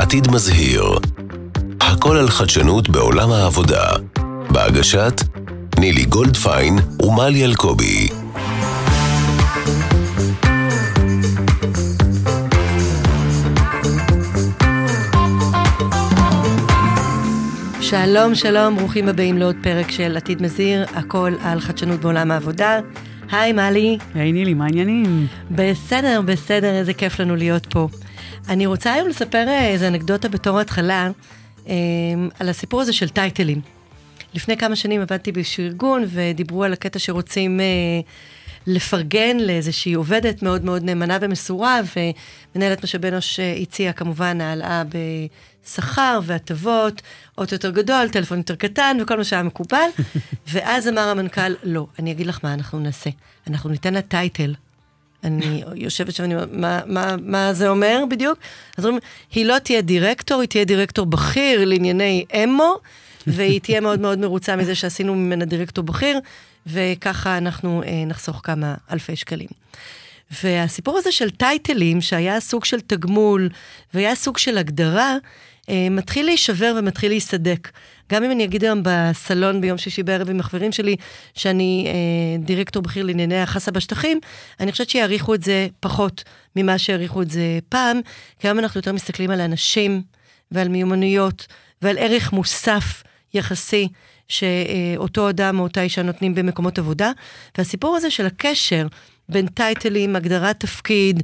עתיד מזהיר. הכל על חדשנות בעולם העבודה. בהגשת נילי גולדפיין ומלי אלקובי. שלום, שלום, ברוכים הבאים לעוד פרק של עתיד מזהיר, הכל על חדשנות בעולם העבודה. היי מלי. היי נילי, מה העניינים? בסדר, איזה כיף לנו להיות פה. אני רוצה היום לספר איזו אנקדוטה בתור התחלה, על הסיפור הזה של טייטלים. לפני כמה שנים עבדתי באיזשהו ארגון, ודיברו על הקטע שרוצים לפרגן לאיזושהי עובדת מאוד מאוד נאמנה ומסורה, ומנהלת משאבי אנוש הציעה כמובן העלאה בשכר והטבות, אוטו יותר גדול, טלפון יותר קטן, וכל מה שהיה מקובל. ואז אמר המנכ"ל, לא, אני אגיד לך מה אנחנו נעשה. אנחנו ניתן לה טייטל. אני יושבת שם, מה זה אומר בדיוק? אז אומרים, היא לא תהיה דירקטור, היא תהיה דירקטור בכיר לענייני אמו, והיא תהיה מאוד מאוד מרוצה מזה שעשינו ממנה דירקטור בכיר, וככה אנחנו נחסוך כמה אלפי שקלים. והסיפור הזה של טייטלים, שהיה סוג של תגמול, והיה סוג של הגדרה, מתחיל להישבר ומתחיל להיסדק. גם אם אני אגיד היום בסלון ביום שישי בערב עם החברים שלי, שאני דירקטור בכיר לענייני החסה בשטחים, אני חושבת שיעריכו את זה פחות ממה שיעריכו את זה פעם, כי היום אנחנו יותר מסתכלים על אנשים ועל מיומנויות, ועל ערך מוסף יחסי, שאותו אדם או אותה אישה נותנים במקומות עבודה, והסיפור הזה של הקשר בין טייטלים, הגדרת תפקיד,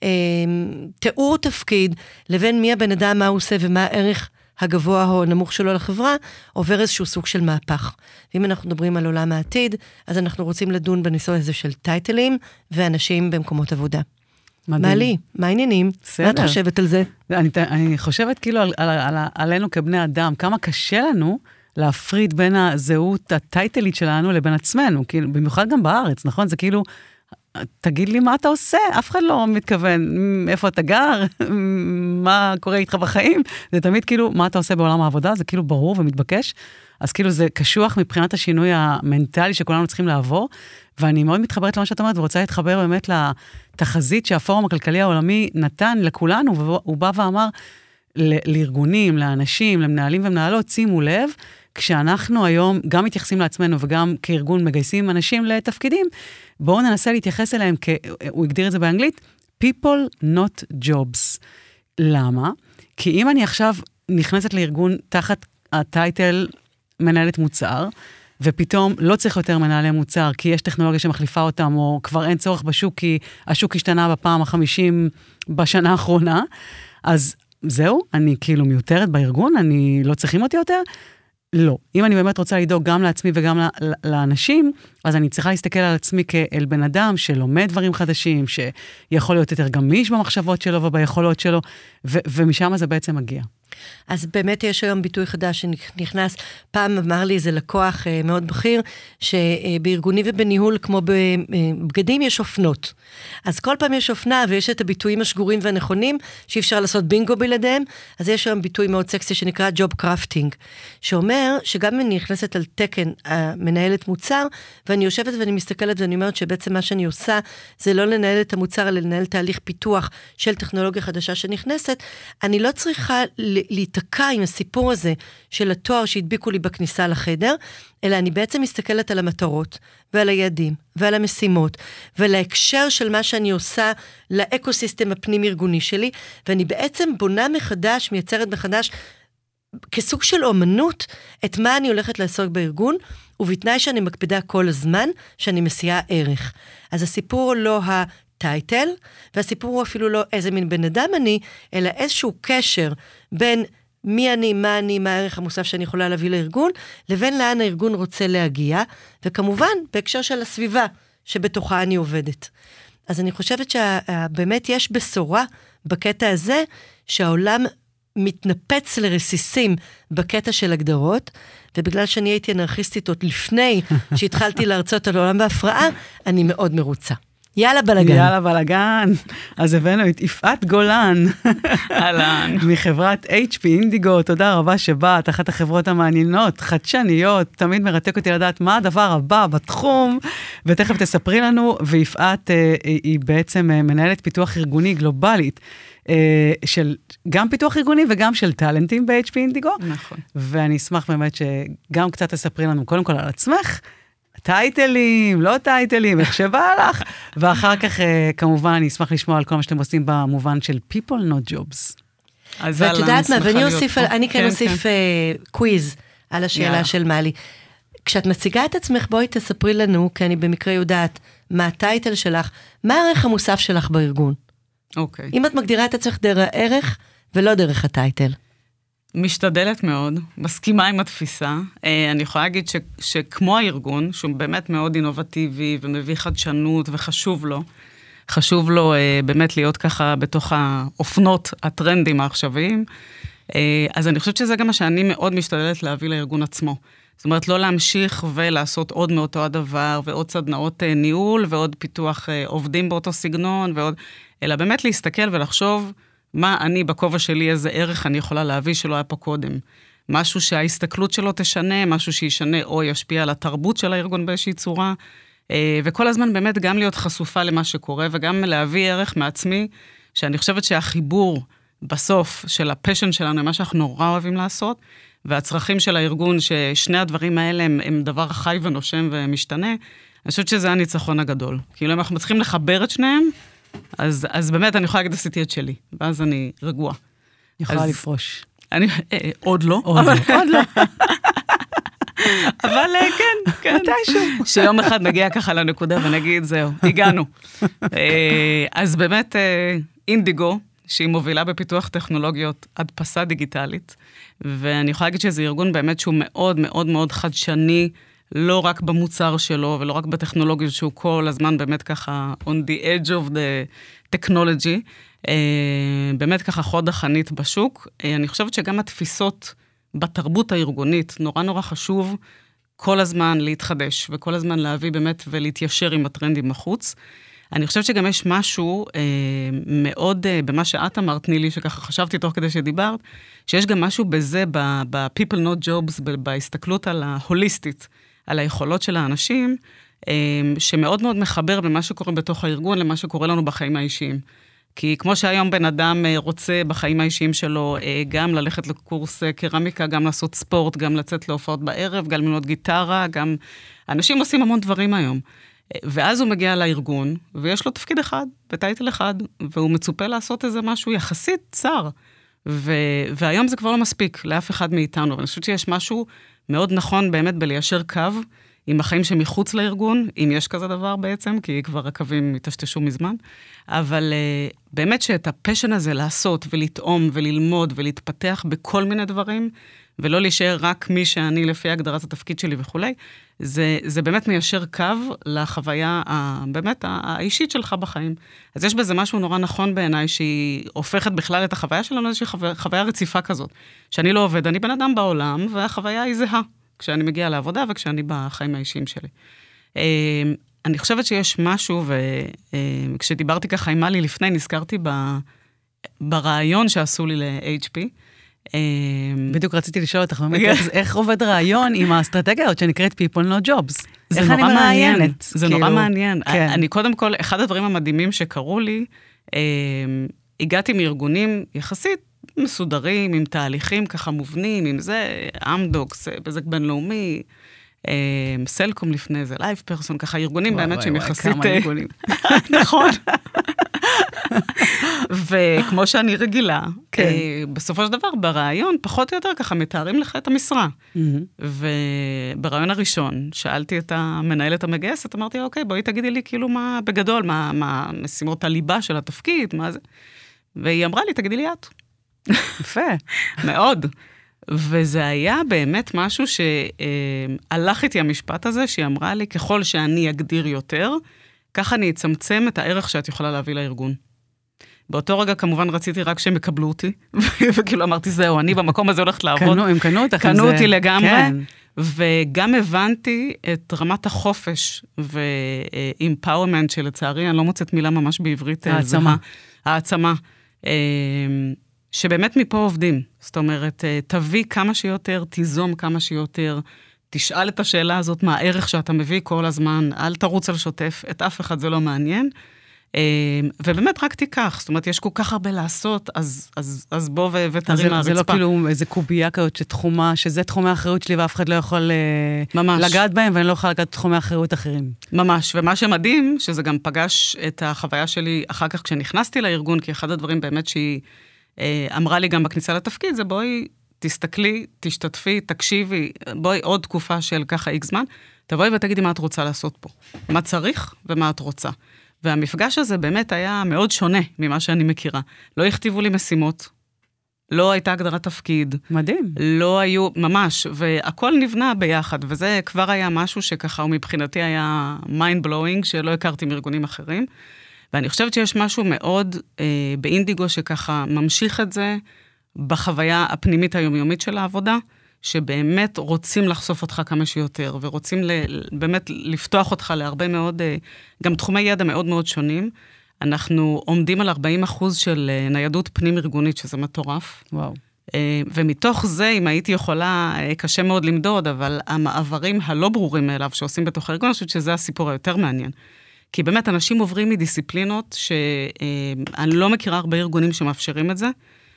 תיאור תפקיד, לבין מי הבן אדם, מה הוא עושה ומה הערך הגבוה או הנמוך שלו לחברה, עובר איזשהו סוג של מהפך. ואם אנחנו מדברים על עולם העתיד, אז אנחנו רוצים לדון בניסוי הזה של טייטלים ואנשים במקומות עבודה. מלי, מה העניינים? מה את חושבת על זה? אני חושבת כאילו עלינו כבני אדם, כמה קשה לנו להפריד בין הזהות הטייטלית שלנו לבין עצמנו, כאילו, במיוחד גם בארץ, נכון? זה כאילו, תגיד לי מה אתה עושה, אף אחד לא מתכוון איפה אתה גר, מה קורה איתך בחיים, זה תמיד כאילו, מה אתה עושה בעולם העבודה, זה כאילו ברור ומתבקש, אז כאילו זה קשוח מבחינת השינוי המנטלי שכולנו צריכים לעבור, ואני מאוד מתחברת למה שאת אומרת, ורוצה להתחבר באמת לתחזית שהפורום הכלכלי העולמי נתן לכולנו, והוא בא ואמר לארגונים, לאנשים, למנהלים ומנהלות, שימו לב, כשאנחנו היום גם מתייחסים לעצמנו וגם כארגון מגייסים אנשים לתפקידים, בואו ננסה להתייחס אליהם, הוא הגדיר את זה באנגלית, people not jobs. למה? כי אם אני עכשיו נכנסת לארגון תחת הטייטל מנהלת מוצר, ופתאום לא צריך יותר מנהלי מוצר, כי יש טכנולוגיה שמחליפה אותם, או כבר אין צורך בשוק, כי השוק השתנה בפעם ה-50 בשנה האחרונה, אז זהו, אני כאילו מיותרת בארגון, אני לא צריכים אותי יותר, לא. אם אני באמת רוצה לדאוג גם לעצמי וגם לאנשים, אז אני צריכה להסתכל על עצמי כאל בן אדם שלומד דברים חדשים, שיכול להיות יותר גמיש במחשבות שלו וביכולות שלו, ומשם זה בעצם מגיע. אז באמת יש היום ביטוי חדש שנכנס, פעם אמר לי איזה לקוח מאוד בכיר, שבארגוני ובניהול כמו בבגדים יש אופנות. אז כל פעם יש אופנה ויש את הביטויים השגורים והנכונים, שאי אפשר לעשות בינגו בלעדיהם, אז יש היום ביטוי מאוד סקסי שנקרא ג'וב קרפטינג, שאומר שגם אם אני נכנסת על תקן המנהלת מוצר, ואני יושבת ואני מסתכלת ואני אומרת שבעצם מה שאני עושה, זה לא לנהל את המוצר, אלא לנהל תהליך פיתוח של טכנולוגיה חדשה שנכנסת, אני לא צריכה להתקע עם הסיפור הזה של התואר שהדביקו לי בכניסה לחדר, אלא אני בעצם מסתכלת על המטרות ועל היעדים ועל המשימות ועל ההקשר של מה שאני עושה לאקוסיסטם הפנים-ארגוני שלי, ואני בעצם בונה מחדש, מייצרת מחדש כסוג של אומנות את מה אני הולכת לעסוק בארגון, ובתנאי שאני מקפידה כל הזמן שאני מסיעה ערך. אז הסיפור לא טייטל, והסיפור הוא אפילו לא איזה מין בן אדם אני, אלא איזשהו קשר בין מי אני, מה הערך המוסף שאני יכולה להביא לארגון, לבין לאן הארגון רוצה להגיע, וכמובן בהקשר של הסביבה שבתוכה אני עובדת. אז אני חושבת שבאמת יש בשורה בקטע הזה, שהעולם מתנפץ לרסיסים בקטע של הגדרות, ובגלל שאני הייתי אנרכיסטית עוד לפני שהתחלתי להרצות על עולם בהפרעה, אני מאוד מרוצה. יאללה בלגן. יאללה בלגן. אז הבאנו את יפעת גולן. אהלן. מחברת HP אינדיגו, תודה רבה שבאת, אחת החברות המעניינות, חדשניות, תמיד מרתק אותי לדעת מה הדבר הבא בתחום, ותכף תספרי לנו, ויפעת היא בעצם מנהלת פיתוח ארגוני גלובלית, של גם פיתוח ארגוני וגם של טלנטים ב-HP אינדיגו. נכון. ואני אשמח באמת שגם קצת תספרי לנו קודם כל על עצמך, טייטלים, לא טייטלים, איך שבא לך, ואחר כך כמובן אני אשמח לשמוע על כל מה שאתם עושים במובן של people not jobs. ואת יודעת מה, ואני כן אוסיף קוויז על השאלה של מלי. כשאת מציגה את עצמך, בואי תספרי לנו, כי אני במקרה יודעת מה הטייטל שלך, מה הערך המוסף שלך בארגון. אוקיי. אם את מגדירה את עצמך דרך הערך, ולא דרך הטייטל. משתדלת מאוד, מסכימה עם התפיסה. אני יכולה להגיד שכמו הארגון, שהוא באמת מאוד אינובטיבי ומביא חדשנות חשוב לו באמת להיות ככה בתוך האופנות, הטרנדים העכשוויים. אז אני חושבת שזה גם מה שאני מאוד משתדלת להביא לארגון עצמו. זאת אומרת, לא להמשיך ולעשות עוד מאותו הדבר, ועוד סדנאות ניהול, ועוד פיתוח עובדים באותו סגנון, אלא באמת להסתכל ולחשוב מה אני בכובע שלי, איזה ערך אני יכולה להביא שלא היה פה קודם. משהו שההסתכלות שלו תשנה, משהו שישנה או ישפיע על התרבות של הארגון באיזושהי צורה, וכל הזמן באמת גם להיות חשופה למה שקורה, וגם להביא ערך מעצמי, שאני חושבת שהחיבור בסוף של הפשן שלנו, מה שאנחנו נורא אוהבים לעשות, והצרכים של הארגון, ששני הדברים האלה הם דבר חי ונושם ומשתנה, אני חושבת שזה הניצחון הגדול. כאילו אם אנחנו מצליחים לחבר את שניהם, אז באמת אני יכולה להגיד עשיתי את שלי, ואז אני רגועה. אני יכולה לפרוש. עוד לא. עוד לא. אבל כן. מתישהו. שיום אחד נגיע ככה לנקודה ונגיד, זהו, הגענו. אז באמת אינדיגו, שהיא מובילה בפיתוח טכנולוגיות הדפסה דיגיטלית, ואני יכולה להגיד שזה ארגון באמת שהוא מאוד מאוד מאוד חדשני, לא רק במוצר שלו, ולא רק בטכנולוגיה שהוא כל הזמן באמת ככה on the edge of the technology, באמת ככה חוד החנית בשוק. אני חושבת שגם התפיסות בתרבות הארגונית, נורא נורא חשוב כל הזמן להתחדש, וכל הזמן להביא באמת ולהתיישר עם הטרנדים בחוץ. אני חושבת שגם יש משהו מאוד, במה שאת אמרת, נילי, שככה חשבתי תוך כדי שדיברת, שיש גם משהו בזה, ב-people not jobs, בהסתכלות על ההוליסטית, על היכולות של האנשים, שמאוד מאוד מחבר במה שקורה בתוך הארגון, למה שקורה לנו בחיים האישיים. כי כמו שהיום בן אדם רוצה בחיים האישיים שלו, גם ללכת לקורס קרמיקה, גם לעשות ספורט, גם לצאת להופעות בערב, גם ללמוד גיטרה, גם... אנשים עושים המון דברים היום. ואז הוא מגיע לארגון, ויש לו תפקיד אחד, בטייטל אחד, והוא מצופה לעשות איזה משהו יחסית צר. והיום זה כבר לא מספיק לאף אחד מאיתנו, אבל אני חושבת שיש משהו מאוד נכון באמת בליישר קו, עם החיים שמחוץ לארגון, אם יש כזה דבר בעצם, כי כבר הקווים התשתשו מזמן, אבל באמת שאת הפשן הזה לעשות ולטעום וללמוד ולהתפתח בכל מיני דברים, ולא להישאר רק מי שאני לפי הגדרת התפקיד שלי וכו', זה באמת מיישר קו לחוויה באמת האישית שלך בחיים. אז יש בזה משהו נורא נכון בעיניי, שהיא הופכת בכלל את החוויה שלנו, איזושהי חוויה רציפה כזאת, שאני לא עובד, אני בן אדם בעולם, והחוויה היא זהה, כשאני מגיעה לעבודה וכשאני בחיים האישיים שלי. אני חושבת שיש משהו, וכשדיברתי ככה עם מלי לפני, נזכרתי ברעיון שעשו לי ל-HP, בדיוק רציתי לשאול אותך, איך עובד רעיון עם האסטרטגיות שנקראת people not jobs? זה נורא מעניין. זה נורא מעניין. אני קודם כל, אחד הדברים המדהימים שקרו לי, הגעתי מארגונים יחסית מסודרים, עם תהליכים ככה מובנים, עם זה, אמדוקס, בזק בינלאומי, סלקום לפני זה, לייב פרסון, ככה ארגונים באמת שהם יחסית... כמה ארגונים. נכון. וכמו שאני רגילה, בסופו של דבר, ברעיון, פחות או יותר ככה מתארים לך את המשרה. וברעיון הראשון, שאלתי את המנהלת המגייסת, אמרתי, אוקיי, בואי תגידי לי כאילו מה בגדול, מה משימות הליבה של התפקיד, מה זה. והיא אמרה לי, תגידי לי את. יפה. מאוד. וזה היה באמת משהו שהלך איתי המשפט הזה, שהיא אמרה לי, ככל שאני אגדיר יותר, ככה אני אצמצם את הערך שאת יכולה להביא לארגון. באותו רגע כמובן רציתי רק שהם יקבלו אותי, וכאילו אמרתי, זהו, אני במקום הזה הולכת לעבוד. הם קנו אותך. קנו אותי לגמרי, וגם הבנתי את רמת החופש ו-empowerment שלצערי, אני לא מוצאת מילה ממש בעברית. העצמה. שבאמת מפה עובדים. זאת אומרת, תביא כמה שיותר, תיזום כמה שיותר, תשאל את השאלה הזאת, מה הערך שאתה מביא כל הזמן, אל תרוץ על שוטף, את אף אחד זה לא מעניין, ובאמת רק תיקח, זאת אומרת, יש כל כך הרבה לעשות, אז בוא ותרים מהרצפה. זה לא כאילו איזה קובייה כזאת שתחומה, שזה תחומי האחריות שלי, ואף אחד לא יכול לגעת בהם, ואני לא יכולה לגעת תחומי האחריות אחרים. ממש, ומה שמדהים, שזה גם פגש את החוויה שלי אחר כך כשנכנסתי לארגון, כי אחד הדברים באמת שהיא אמרה לי גם בכניסה לתפקיד, זה בואי תסתכלי, תשתתפי, תקשיבי, בואי עוד תקופה של ככה איקס זמן, תבואי ותגידי מה את רוצה לעשות פה, מה צריך ומה את רוצה. והמפגש הזה באמת היה מאוד שונה ממה שאני מכירה. לא הכתיבו לי משימות, לא הייתה הגדרת תפקיד. מדהים. לא היו, ממש, והכל נבנה ביחד, וזה כבר היה משהו שככה, ומבחינתי היה mind blowing, שלא הכרתי מארגונים אחרים. ואני חושבת שיש משהו מאוד באינדיגו שככה ממשיך את זה בחוויה הפנימית היומיומית של העבודה, שבאמת רוצים לחשוף אותך כמה שיותר, ורוצים באמת לפתוח אותך להרבה מאוד, גם תחומי ידע מאוד מאוד שונים. אנחנו עומדים על 40% של ניידות פנים ארגונית, שזה מטורף. וואו. ומתוך זה, אם הייתי יכולה, קשה מאוד למדוד, אבל המעברים הלא ברורים מאליו שעושים בתוך הארגון, אני חושבת שזה הסיפור היותר מעניין. כי באמת אנשים עוברים מדיסציפלינות שאני לא מכירה הרבה ארגונים שמאפשרים את זה.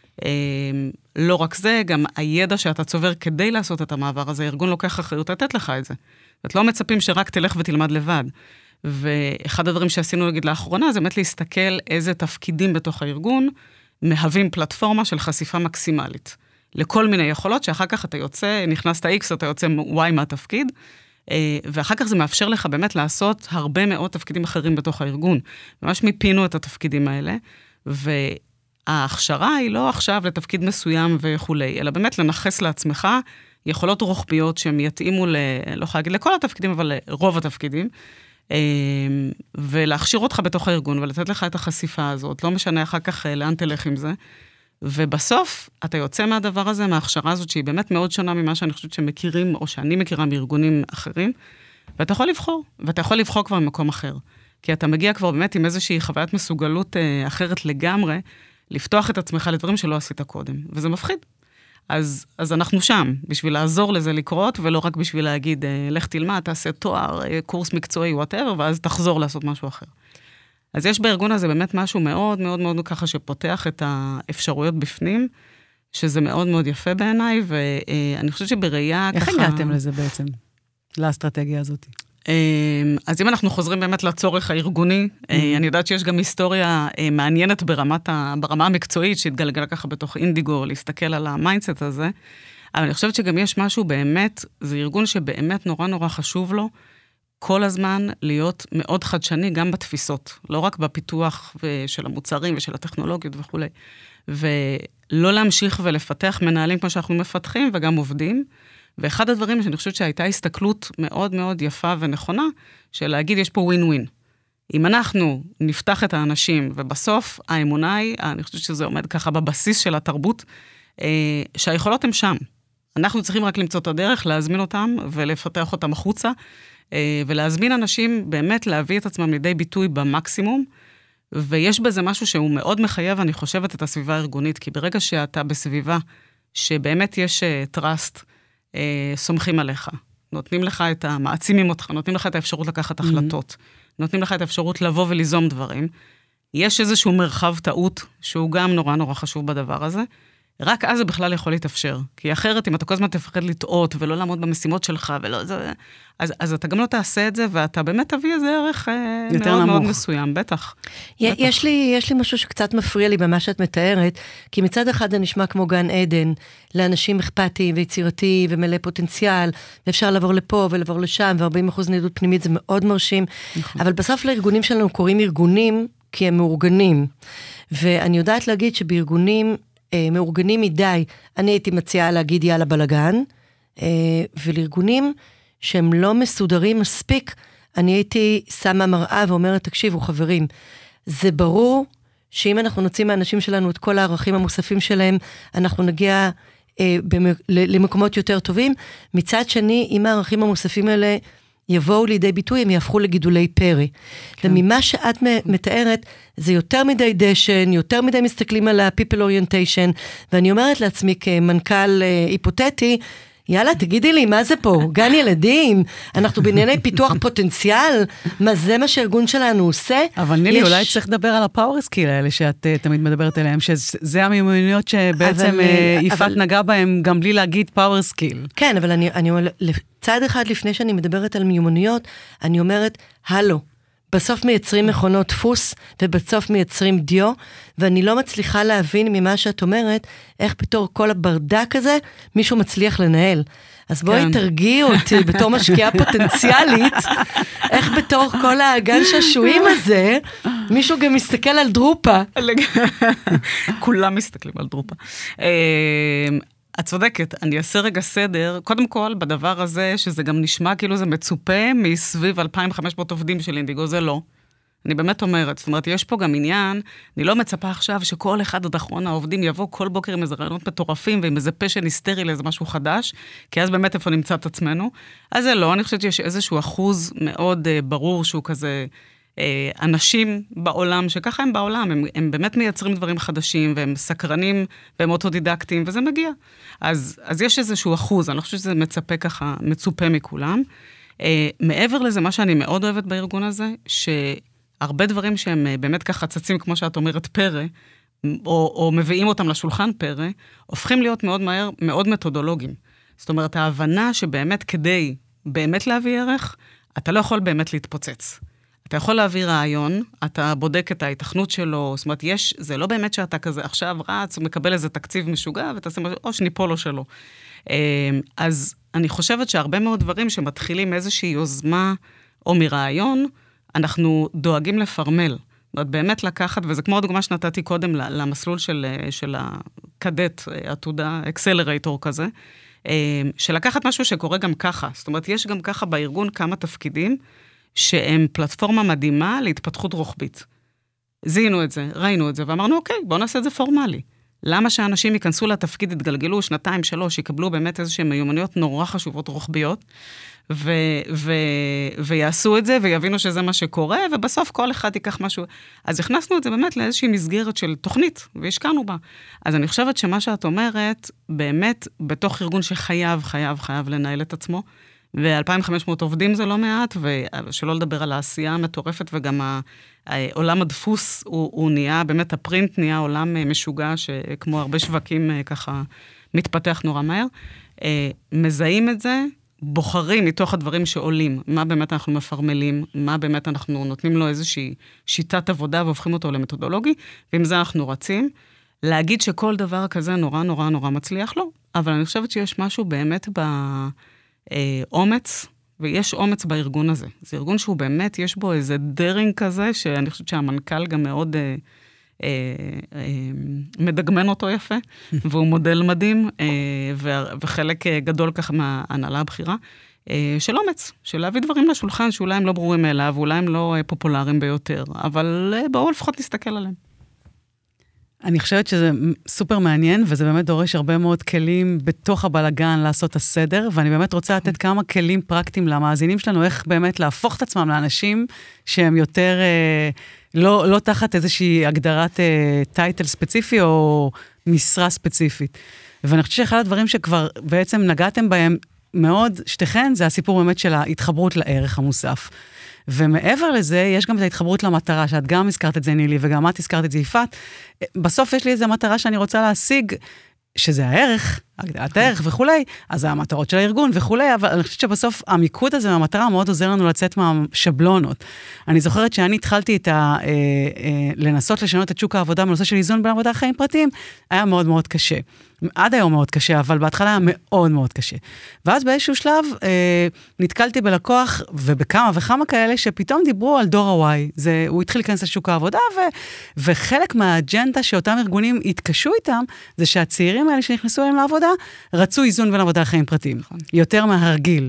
לא רק זה, גם הידע שאתה צובר כדי לעשות את המעבר הזה, הארגון לוקח אחריות לתת לך את זה. ואת לא מצפים שרק תלך ותלמד לבד. ואחד הדברים שעשינו נגיד לאחרונה, זה באמת להסתכל איזה תפקידים בתוך הארגון, מהווים פלטפורמה של חשיפה מקסימלית. לכל מיני יכולות שאחר כך אתה יוצא, נכנסת X, אתה יוצא Y מהתפקיד, ואחר כך זה מאפשר לך באמת לעשות הרבה מאוד תפקידים אחרים בתוך הארגון. ממש מיפינו את התפקידים האלה, וההכשרה היא לא עכשיו לתפקיד מסוים וכולי, אלא באמת לנחס לעצמך יכולות רוחביות שהם יתאימו, לא יכולה להגיד לכל התפקידים, אבל לרוב התפקידים, ולהכשיר אותך בתוך הארגון, ולתת לך את החשיפה הזאת, לא משנה אחר כך לאן תלך עם זה, ובסוף אתה יוצא מהדבר הזה, מההכשרה הזאת, שהיא באמת מאוד שונה ממה שאני חושבת שמכירים, או שאני מכירה מארגונים אחרים, ואתה יכול לבחור, ואתה יכול לבחור כבר במקום אחר, כי אתה מגיע כבר באמת עם איזושהי חוויית מסוגלות אחרת לגמרי, לפתוח את עצמך לדברים שלא עשית קודם, וזה מפחיד. אז אנחנו שם, בשביל לעזור לזה לקרות, ולא רק בשביל להגיד, לך תלמד, תעשה תואר, קורס מקצועי, whatever, ואז תחזור לעשות משהו אחר. אז יש בארגון הזה באמת משהו מאוד מאוד מאוד ככה שפותח את האפשרויות בפנים, שזה מאוד מאוד יפה בעיניי, ואני חושבת שבראייה איך ככה... איך הגעתם לזה בעצם, לאסטרטגיה הזאת? אז אם אנחנו חוזרים באמת לצורך הארגוני, אני יודעת שיש גם היסטוריה מעניינת ברמה המקצועית, שהתגלגלה ככה בתוך אינדיגו, להסתכל על המיינדסט הזה, אבל אני חושבת שגם יש משהו באמת, זה ארגון שבאמת נורא נורא חשוב לו, כל הזמן להיות מאוד חדשני, גם בתפיסות, לא רק בפיתוח של המוצרים ושל הטכנולוגיות וכו'. ולא להמשיך ולפתח מנהלים כמו שאנחנו מפתחים וגם עובדים, ואחד הדברים שאני חושבת שהייתה הסתכלות מאוד מאוד יפה ונכונה, של להגיד יש פה ווין ווין. אם אנחנו נפתח את האנשים, ובסוף האמונה היא, אני חושבת שזה עומד ככה בבסיס של התרבות, שהיכולות הן שם. אנחנו צריכים רק למצוא את הדרך, להזמין אותם ולפתח אותם החוצה, ולהזמין אנשים באמת להביא את עצמם לידי ביטוי במקסימום, ויש בזה משהו שהוא מאוד מחייב, אני חושבת, את הסביבה הארגונית, כי ברגע שאתה בסביבה שבאמת יש טראסט, סומכים עליך, נותנים לך את המעצימים אותך, נותנים לך את האפשרות לקחת החלטות, נותנים לך את האפשרות לבוא וליזום דברים, יש איזשהו מרחב טעות, שהוא גם נורא נורא חשוב בדבר הזה, רק אז זה בכלל יכול להתאפשר, כי אחרת אם אתה כל הזמן תפחד לטעות, ולא לעמוד במשימות שלך, אז אתה גם לא תעשה את זה, ואתה באמת תביא איזה ערך מאוד מאוד מסוים, בטח. יש לי משהו שקצת מפריע לי במה שאת מתארת, כי מצד אחד זה נשמע כמו גן עדן, לאנשים אכפתיים ויצירתיים ומלא פוטנציאל, ואפשר לעבור לפה ולעבור לשם, ו40% ניידות פנימית זה מאוד מרשים, אבל בסוף לארגונים שלנו קוראים ארגונים, כי הם מאורגנים, ואני יודעת להגיד שבארגונים מאורגנים מדי, אני הייתי מציעה להגיד יאללה בלגן, ולארגונים שהם לא מסודרים מספיק, אני הייתי שמה מראה ואומרת, תקשיבו חברים, זה ברור שאם אנחנו נוציא מהאנשים שלנו את כל הערכים המוספים שלהם, אנחנו נגיע למקומות יותר טובים. מצד שני, אם הערכים המוספים האלה יבואו לידי ביטוי, הם יהפכו לגידולי פרא. כן. וממה שאת מתארת, זה יותר מדי דשן, יותר מדי מסתכלים על ה-people orientation, ואני אומרת לעצמי כמנכ"ל היפותטי, יאללה, תגידי לי, מה זה פה? גן ילדים? אנחנו בענייני פיתוח פוטנציאל? מה זה מה שהארגון שלנו עושה? אבל נילי, אולי צריך לדבר על הפאוור סקיל האלה שאת תמיד מדברת עליהם, שזה המיומנויות שבעצם יפעת נגע בהם גם בלי להגיד פאוור סקיל. כן, אבל אני אומר, צעד אחד לפני שאני מדברת על מיומנויות, אני אומרת, הלו, בסוף מייצרים מכונות דפוס, ובסוף מייצרים דיו, ואני לא מצליחה להבין ממה שאת אומרת, איך בתור כל הברדק הזה, מישהו מצליח לנהל. אז בואי תרגיעו אותי בתור משקיעה פוטנציאלית, איך בתור כל הגן שעשועים הזה, מישהו גם מסתכל על דרופה. כולם מסתכלים על דרופה. את צודקת, אני אעשה רגע סדר, קודם כל בדבר הזה, שזה גם נשמע כאילו זה מצופה מסביב 2,500 עובדים של אינדיגו, זה לא. אני באמת אומרת, זאת אומרת, יש פה גם עניין, אני לא מצפה עכשיו שכל אחד עד אחרון העובדים יבוא כל בוקר עם איזה רעיונות מטורפים, ועם איזה פשן היסטרי לאיזה משהו חדש, כי אז באמת איפה נמצא את עצמנו. אז זה לא, אני חושבת שיש איזשהו אחוז מאוד ברור שהוא כזה, אנשים בעולם, שככה הם בעולם, הם באמת מייצרים דברים חדשים, והם סקרנים, והם אוטודידקטים, וזה מגיע. אז יש איזשהו אחוז, אני לא חושבת שזה מצפה ככה, מצופה מכולם. מעבר לזה, מה שאני מאוד אוהבת בארגון הזה, שהרבה דברים שהם באמת ככה צצים, כמו שאת אומרת, פרא, או מביאים אותם לשולחן פרא, הופכים להיות מאוד מהר, מאוד מתודולוגיים. זאת אומרת, ההבנה שבאמת כדי באמת להביא ערך, אתה לא יכול באמת להתפוצץ. אתה יכול להביא רעיון, אתה בודק את ההיתכנות שלו, זאת אומרת, זה לא באמת שאתה כזה עכשיו רץ, הוא מקבל איזה תקציב משוגע, ותעשה משהו, או שניפול או שלא. אז אני חושבת שהרבה מאוד דברים שמתחילים איזושהי יוזמה או מרעיון, אנחנו דואגים לפרמל. זאת אומרת, באמת לקחת, וזה כמו הדוגמה שנתתי קודם למסלול של הקדט, עתודה, אקסלרייטור כזה, שלקחת משהו שקורה גם ככה. זאת אומרת, יש גם ככה בארגון כמה תפקידים, שהם פלטפורמה מדהימה להתפתחות רוחבית. זיהינו את זה, ראינו את זה, ואמרנו, אוקיי, בואו נעשה את זה פורמלי. למה שאנשים ייכנסו לתפקיד, יתגלגלו 2-3, יקבלו באמת איזושהי מיומנויות נורא חשובות רוחביות, ויעשו את זה, ויבינו שזה מה שקורה, ובסוף כל אחד ייקח משהו. אז הכנסנו את זה באמת לאיזושהי מסגרת של תוכנית, והשקענו בה. אז אני חושבת שמה שאת אומרת, באמת, בתוך ארגון חייב לנהל את עצמו, ו-2,500 עובדים זה לא מעט, ושלא לדבר על העשייה המטורפת, וגם עולם הדפוס הוא נהיה, באמת הפרינט נהיה עולם משוגע, שכמו הרבה שווקים ככה מתפתח נורא מהר. מזהים את זה, בוחרים מתוך הדברים שעולים, מה באמת אנחנו מפרמלים, מה באמת אנחנו נותנים לו איזושהי שיטת עבודה, והופכים אותו למתודולוגי, ועם זה אנחנו רצים. להגיד שכל דבר כזה נורא מצליח, לא. אבל אני חושבת שיש משהו באמת אומץ, ויש אומץ בארגון הזה. זה ארגון שהוא באמת, יש בו איזה דרינג כזה, שאני חושבת שהמנכ"ל גם מאוד מדגמן אותו יפה, והוא מודל מדהים, וחלק גדול ככה מההנהלה הבחירה, של אומץ, של להביא דברים לשולחן, שאולי הם לא ברורים מאליו, אולי הם לא פופולריים ביותר, אבל בואו לפחות נסתכל עליהם. אני חושבת שזה סופר מעניין, וזה באמת דורש הרבה מאוד כלים בתוך הבלגן לעשות הסדר, ואני באמת רוצה לתת כמה כלים פרקטיים למאזינים שלנו, איך באמת להפוך את עצמם לאנשים שהם יותר, לא תחת איזושהי הגדרת טייטל ספציפי או משרה ספציפית. ואני חושבת שאחד הדברים שכבר בעצם נגעתם בהם מאוד, שתיכן, זה הסיפור באמת של ההתחברות לערך המוסף. ומעבר לזה, יש גם את ההתחברות למטרה, שאת גם הזכרת את זה, נילי, וגם את הזכרת את זה, יפעת. בסוף יש לי איזו מטרה שאני רוצה להשיג, שזה הערך, הגדלת הערך וכולי, אז זה המטרות של הארגון וכולי, אבל אני חושבת שבסוף המיקוד הזה מהמטרה מאוד עוזר לנו לצאת מהשבלונות. אני זוכרת שאני התחלתי לנסות לשנות את שוק העבודה בנושא של איזון בין עבודה חיים פרטיים, היה מאוד מאוד קשה. עד היום מאוד קשה, אבל בהתחלה היה מאוד מאוד קשה. ואז באיזשהו שלב נתקלתי בלקוח, ובכמה וכמה כאלה, שפתאום דיברו על דור ה-Y. הוא התחיל להיכנס לשוק העבודה, וחלק מהאג'נדה שאותם ארגונים התקשו איתם, זה שהצעירים האלה שנכנסו אליהם לעבודה, רצו איזון בין עבודה לחיים פרטיים. יותר מהרגיל.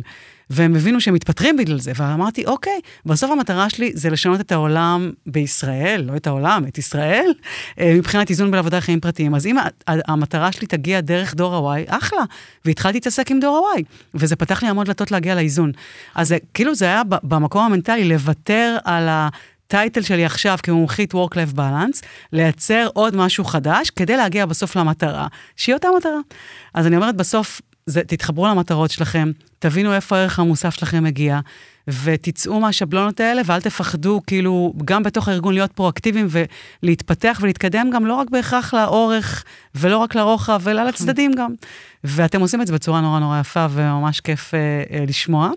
והם הבינו שהם מתפטרים בגלל זה, ואמרתי, אוקיי, בסוף המטרה שלי זה לשנות את העולם בישראל, לא את העולם, את ישראל, מבחינת איזון בעבודה לחיים פרטיים. אז אם המטרה שלי תגיע דרך דור ה-Y, אחלה, והתחלתי להתעסק עם דור ה-Y, וזה פתח לי המון דלתות להגיע לאיזון. אז כאילו זה היה במקום המנטלי לוותר על הטייטל שלי עכשיו כמומחית Work-Life Balance, לייצר עוד משהו חדש, כדי להגיע בסוף למטרה, שהיא אותה מטרה. אז אני אומרת, בסוף, תתחברו למטרות שלכם, תבינו איפה הערך המוסף שלכם מגיע, ותצאו מהשבלונות האלה, ואל תפחדו, כאילו, גם בתוך הארגון להיות פרואקטיביים, ולהתפתח ולהתקדם גם לא רק בהכרח לאורך, ולא רק לרוחב, אלא לצדדים גם. ואתם עושים את זה בצורה נורא נורא יפה, וממש כיף לשמוע.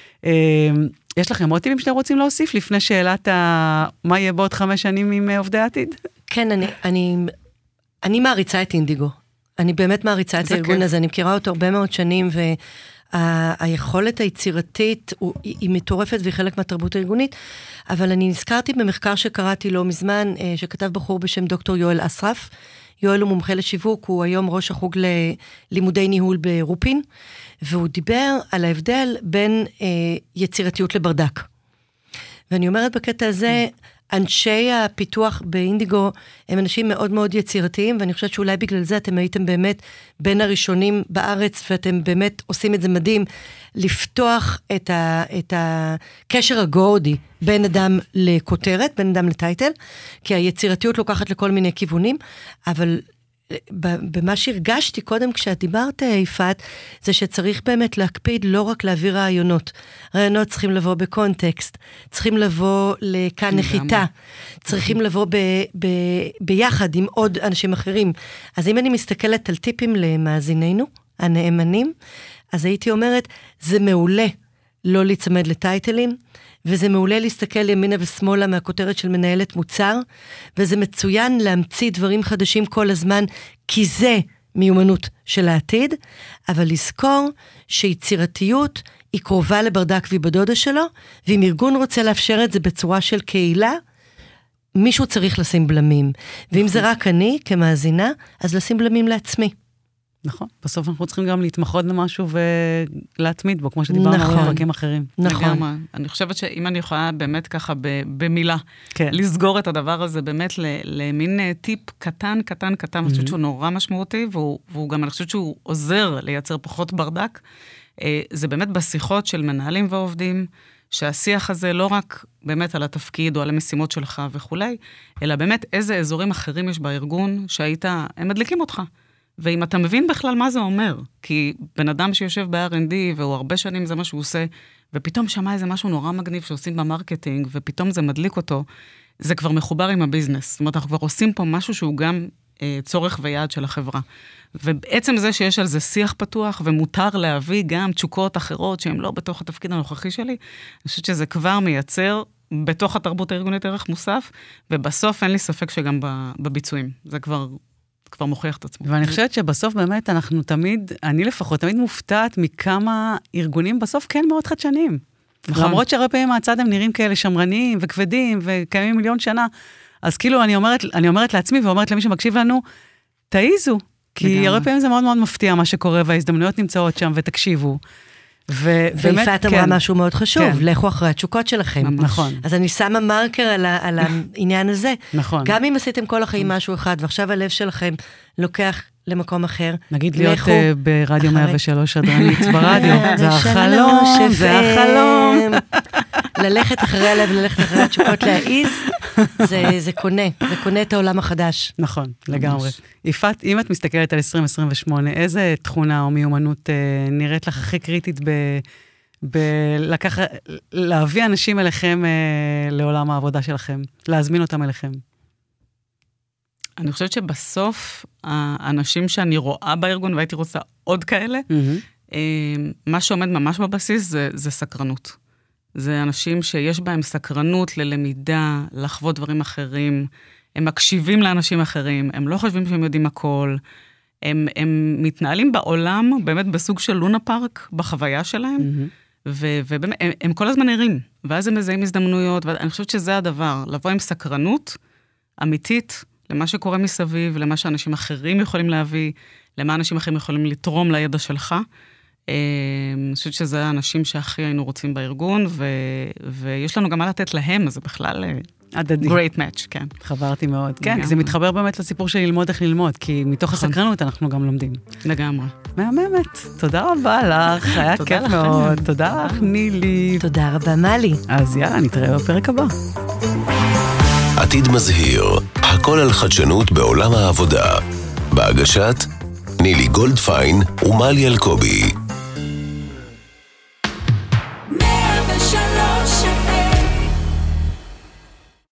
יש לכם עוד טיפים שאתם רוצים להוסיף, לפני שאלת מה יהיה בעוד 5 שנים עם עובדי העתיד? כן, אני מעריצה את אינדיגו. אני באמת מעריצה את הארגון הזה, אני מכירה אותו הרבה מאוד שנים, והיכולת היצירתית היא מטורפת והיא חלק מהתרבות הארגונית, אבל אני נזכרתי במחקר שקראתי לא מזמן, שכתב בחור בשם דוקטור יואל אסרף. יואל הוא מומחה לשיווק, הוא היום ראש החוג ללימודי ניהול ברופין, והוא דיבר על ההבדל בין יצירתיות לברדק. ואני אומרת בקטע הזה, אנשי הפיתוח באינדיגו הם אנשים מאוד מאוד יצירתיים, ואני חושבת שאולי בגלל זה אתם הייתם באמת בין הראשונים בארץ, ואתם באמת עושים את זה מדהים, לפתוח את הקשר הגורדי בין אדם לכותרת, בין אדם לטייטל, כי היצירתיות לוקחת לכל מיני כיוונים, אבל במה שהרגשתי קודם כשאת דיברת, יפעת, זה שצריך באמת להקפיד לא רק להביא רעיונות. רעיונות צריכים לבוא בקונטקסט, צריכים לבוא לכאן נחיתה, צריכים לבוא ביחד עם עוד אנשים אחרים. אז אם אני מסתכלת על טיפים למאזיננו, הנאמנים, אז הייתי אומרת, זה מעולה לא להצמד לטייטלים, וזה מעולה להסתכל ימינה ושמאלה מהכותרת של מנהלת מוצר, וזה מצוין להמציא דברים חדשים כל הזמן, כי זה מיומנות של העתיד, אבל לזכור שיצירתיות היא קרובה לברדק ובדודה שלו, ואם ארגון רוצה לאפשר את זה בצורה של קהילה, מישהו צריך לשים בלמים. ואם זה רק אני כמאזינה, אז לשים בלמים לעצמי. נכון, בסוף אנחנו צריכים גם להתמחות במשהו ולהתמיד בו, כמו שדיברנו על פרקים אחרים. נכון. אני חושבת שאם אני יכולה באמת ככה במילה, לסגור את הדבר הזה באמת למין טיפ קטן, אני חושבת שהוא נורא משמעותי, והוא גם, אני חושבת שהוא עוזר לייצר פחות ברדק, זה באמת בשיחות של מנהלים ועובדים, שהשיח הזה לא רק באמת על התפקיד או על המשימות שלך וכולי, אלא באמת איזה אזורים אחרים יש בארגון הם מדליקים אותך. ואם אתה מבין בכלל מה זה אומר, כי בן אדם שיושב ב-R&D, והוא הרבה שנים זה מה שהוא עושה, ופתאום שמע איזה משהו נורא מגניב שעושים במרקטינג, ופתאום זה מדליק אותו, זה כבר מחובר עם הביזנס. זאת אומרת, אנחנו כבר עושים פה משהו שהוא גם צורך ויעד של החברה. ובעצם זה שיש על זה שיח פתוח, ומותר להביא גם תשוקות אחרות, שהן לא בתוך התפקיד הנוכחי שלי, אני חושבת שזה כבר מייצר בתוך התרבות הארגונית ערך מוסף, ובסוף אין לי ספק שגם בביצועים. זה כבר מוכיח את עצמו. ואני חושבת שבסוף באמת אנחנו תמיד, אני לפחות, תמיד מופתעת מכמה ארגונים בסוף כן מאוד חדשניים. למרות שהרבה פעמים מהצד הם נראים כאלה שמרניים וכבדים וקיימים 1,000,000 שנה, אז כאילו אני אומרת לעצמי ואומרת למי שמקשיב לנו, תעיזו, כי הרבה פעמים זה מאוד מאוד מפתיע מה שקורה, וההזדמנויות נמצאות שם ותקשיבו. ויפעת אמרה משהו מאוד חשוב, לכו אחרי התשוקות שלכם. נכון. אז אני שמה מרקר על העניין הזה. נכון. גם אם עשיתם כל החיים משהו אחד, ועכשיו הלב שלכם לוקח למקום אחר. נגיד להיות ברדיו 103 שדרנית ברדיו. זה החלום, זה החלום. ללכת אחרי הלב, ללכת אחרי התשוקות להעיז, זה קונה את העולם החדש. נכון, לגמרי. יפעת, אם את מסתכלת על 2028, איזה תכונה או מיומנות נראית לך הכי קריטית להביא אנשים אליכם לעולם העבודה שלכם, להזמין אותם אליכם? אני חושבת שבסוף, האנשים שאני רואה בארגון, והייתי רוצה עוד כאלה, מה שעומד ממש בבסיס זה סקרנות. זה אנשים שיש בהם סקרנות ללמידה, לחוות דברים אחרים, הם מקשיבים לאנשים אחרים, הם לא חושבים שהם יודעים הכל, הם מתנהלים בעולם באמת בסוג של לונה פארק בחוויה שלהם, ובאמת, הם כל הזמן ערים, ואז הם מזהים הזדמנויות, ואני חושבת שזה הדבר, לבוא עם סקרנות אמיתית למה שקורה מסביב, למה שאנשים אחרים יכולים להביא, למה אנשים אחרים יכולים לתרום לידע שלך, אני חושבת שזה האנשים שהכי היינו רוצים בארגון, ויש לנו גם מה לתת להם, אז זה בכלל הדדי. great match, כן. חברתי מאוד. כן, זה מתחבר באמת לסיפור של ללמוד איך ללמוד, כי מתוך הסקרנות אנחנו גם לומדים. לגמרי. מהממת. תודה רבה לך, היה כיף מאוד. תודה לך, נילי. תודה רבה, מלי. אז יאללה, נתראה בפרק הבא. עתיד מזהיר, הכל על חדשנות בעולם העבודה. בהגשת נילי גולדפיין ומלי אלקובי.